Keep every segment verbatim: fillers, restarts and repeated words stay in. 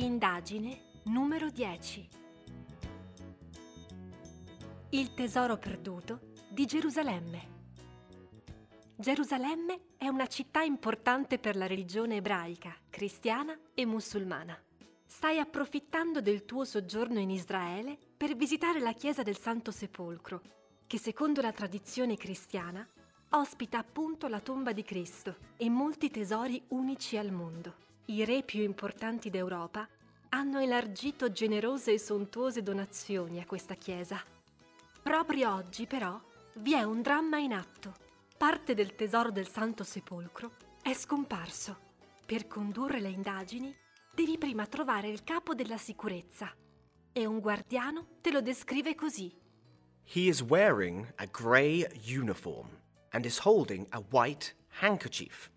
Indagine numero dieci. Il tesoro perduto di Gerusalemme. Gerusalemme è una città importante per la religione ebraica, cristiana e musulmana. Stai approfittando del tuo soggiorno in Israele per visitare la chiesa del Santo Sepolcro, che secondo la tradizione cristiana ospita appunto la tomba di Cristo e molti tesori unici al mondo. I re più importanti d'Europa hanno elargito generose e sontuose donazioni a questa chiesa. Proprio oggi, però, vi è un dramma in atto. Parte del tesoro del Santo Sepolcro è scomparso. Per condurre le indagini, devi prima trovare il capo della sicurezza. E un guardiano te lo descrive così. He is wearing a grey uniform and is holding a white handkerchief.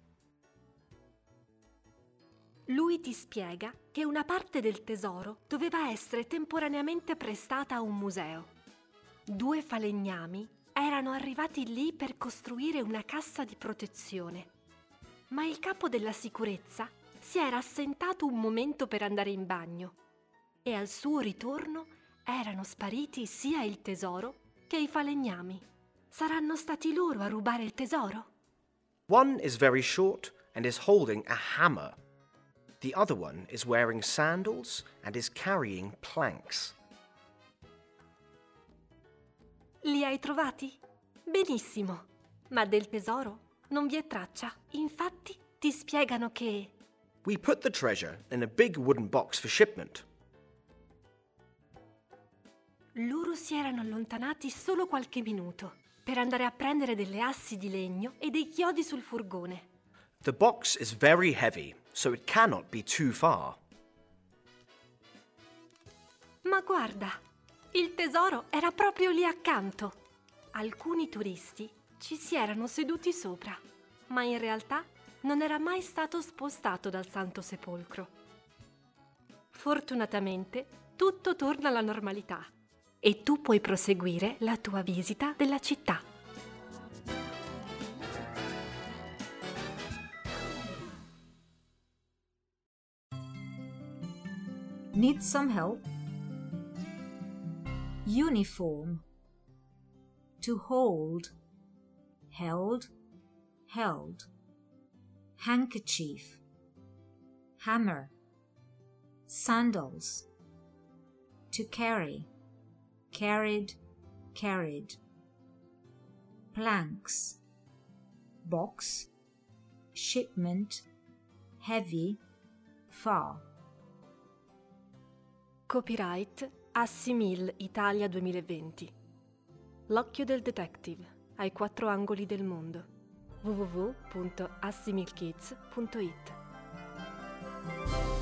Lui ti spiega che una parte del tesoro doveva essere temporaneamente prestata a un museo. Due falegnami erano arrivati lì per costruire una cassa di protezione, ma il capo della sicurezza si era assentato un momento per andare in bagno e al suo ritorno erano spariti sia il tesoro che i falegnami. Saranno stati loro a rubare il tesoro? One is very short and is holding a hammer. The other one is wearing sandals and is carrying planks. Li hai trovati? Benissimo, ma del tesoro non vi è traccia. Infatti ti spiegano che We put the treasure in a big wooden box for shipment. loro si erano allontanati solo qualche minuto per andare a prendere delle assi di legno e dei chiodi sul furgone. The box is very heavy, so it cannot be too far. Ma guarda, il tesoro era proprio lì accanto. Alcuni turisti ci si erano seduti sopra, ma in realtà non era mai stato spostato dal Santo Sepolcro. Fortunatamente, tutto torna alla normalità e tu puoi proseguire la tua visita della città. Need some help? Uniform. To hold. Held. Held. Handkerchief. Hammer. Sandals. To carry. Carried. Carried. Planks. Box. Shipment. Heavy. Far. Copyright Assimil Italia duemilaventi. L'occhio del detective ai quattro angoli del mondo. w w w punto assimilkids punto it